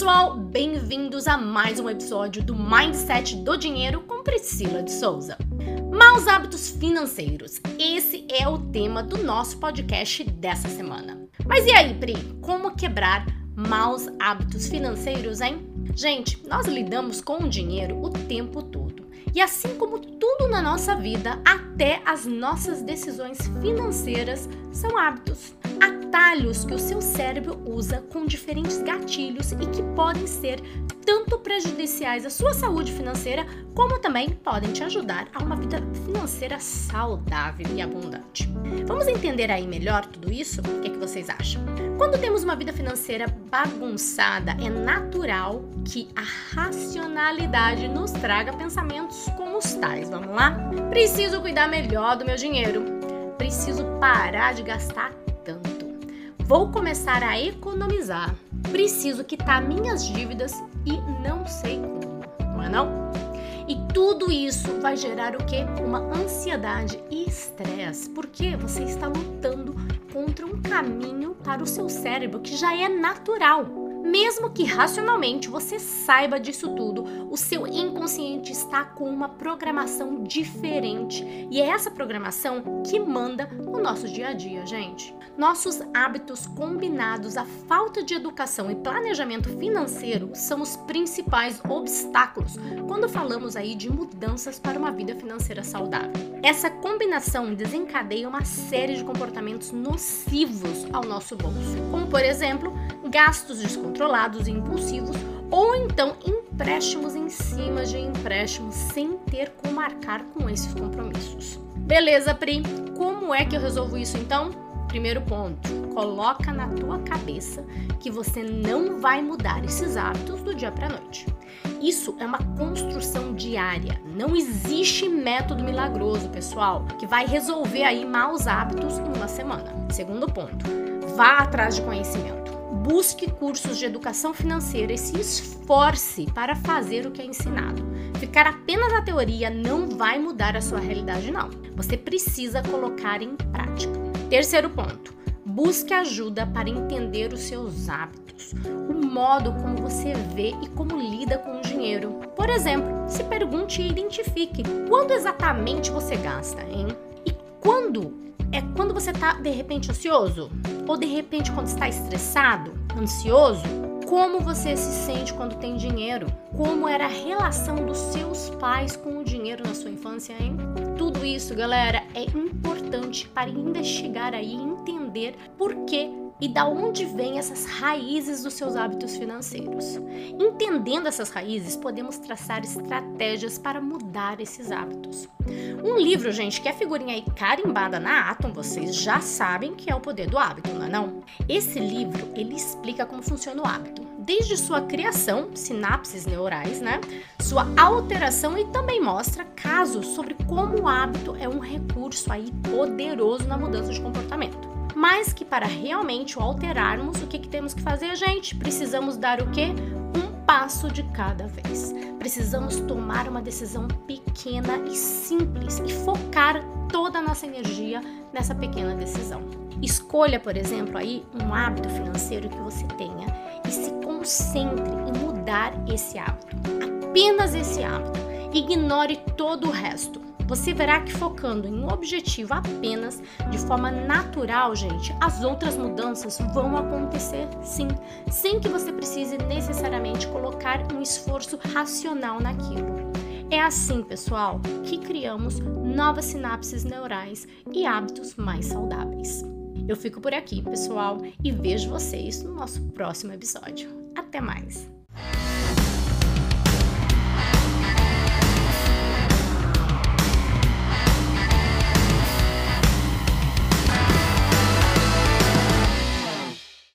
pessoal, bem-vindos a mais um episódio do Mindset do Dinheiro com Priscila de Souza. Maus hábitos financeiros, esse é o tema do nosso podcast dessa semana. Mas e aí, Pri, como quebrar maus hábitos financeiros, hein? Gente, nós lidamos com o dinheiro o tempo todo. E assim como tudo na nossa vida, até as nossas decisões financeiras são hábitos. Atalhos que o seu cérebro usa com diferentes gatilhos e que podem ser tanto prejudiciais à sua saúde financeira, como também podem te ajudar a uma vida financeira saudável e abundante. Vamos entender aí melhor tudo isso? O que é que vocês acham? Quando temos uma vida financeira bagunçada, é natural que a racionalidade nos traga pensamentos como os tais. Vamos lá? Preciso cuidar melhor do meu dinheiro. Preciso parar de gastar tanto. Vou começar a economizar. Preciso quitar minhas dívidas e não sei como, não é não? E tudo isso vai gerar o quê? Uma ansiedade e estresse, porque você está lutando contra um caminho para o seu cérebro que já é natural. Mesmo que racionalmente você saiba disso tudo, o seu inconsciente está com uma programação diferente. E é essa programação que manda no nosso dia a dia, gente. Nossos hábitos combinados à falta de educação e planejamento financeiro são os principais obstáculos quando falamos aí de mudanças para uma vida financeira saudável. Essa combinação desencadeia uma série de comportamentos nocivos ao nosso bolso, como por exemplo, gastos descontrolados e impulsivos, ou então empréstimos em cima de empréstimos sem ter como arcar com esses compromissos. Beleza, Pri? Como é que eu resolvo isso então? Primeiro ponto, coloca na tua cabeça que você não vai mudar esses hábitos do dia para a noite. Isso é uma construção diária. Não existe método milagroso, pessoal, que vai resolver aí maus hábitos em uma semana. Segundo ponto, vá atrás de conhecimento. Busque cursos de educação financeira e se esforce para fazer o que é ensinado. Ficar apenas na teoria não vai mudar a sua realidade, não. Você precisa colocar em prática. Terceiro ponto, busque ajuda para entender os seus hábitos, o modo como você vê e como lida com o dinheiro. Por exemplo, se pergunte e identifique quando exatamente você gasta, hein? E quando? É quando você está, de repente, ansioso? Ou, de repente, quando está estressado, ansioso? Como você se sente quando tem dinheiro? Como era a relação dos seus pais com o dinheiro na sua infância, hein? Tudo isso, galera, é importante para investigar aí e entender por quê e da onde vêm essas raízes dos seus hábitos financeiros. Entendendo essas raízes, podemos traçar estratégias para mudar esses hábitos. Um livro, gente, que é figurinha aí carimbada na Atom, vocês já sabem que é O Poder do Hábito, não é não? Esse livro, ele explica como funciona o hábito, desde sua criação, sinapses neurais, né? Sua alteração e também mostra casos sobre como o hábito é um recurso aí poderoso na mudança de comportamento. Mas que para realmente o alterarmos, o que temos que fazer, gente? Precisamos dar o quê? Um passo de cada vez. Precisamos tomar uma decisão pequena e simples e focar toda a nossa energia nessa pequena decisão. Escolha, por exemplo, aí um hábito financeiro que você tenha e se concentre em mudar esse hábito. Apenas esse hábito. Ignore todo o resto. Você verá que focando em um objetivo apenas, de forma natural, gente, as outras mudanças vão acontecer sim, sem que você precise necessariamente colocar um esforço racional naquilo. É assim, pessoal, que criamos novas sinapses neurais e hábitos mais saudáveis. Eu fico por aqui, pessoal, e vejo vocês no nosso próximo episódio. Até mais!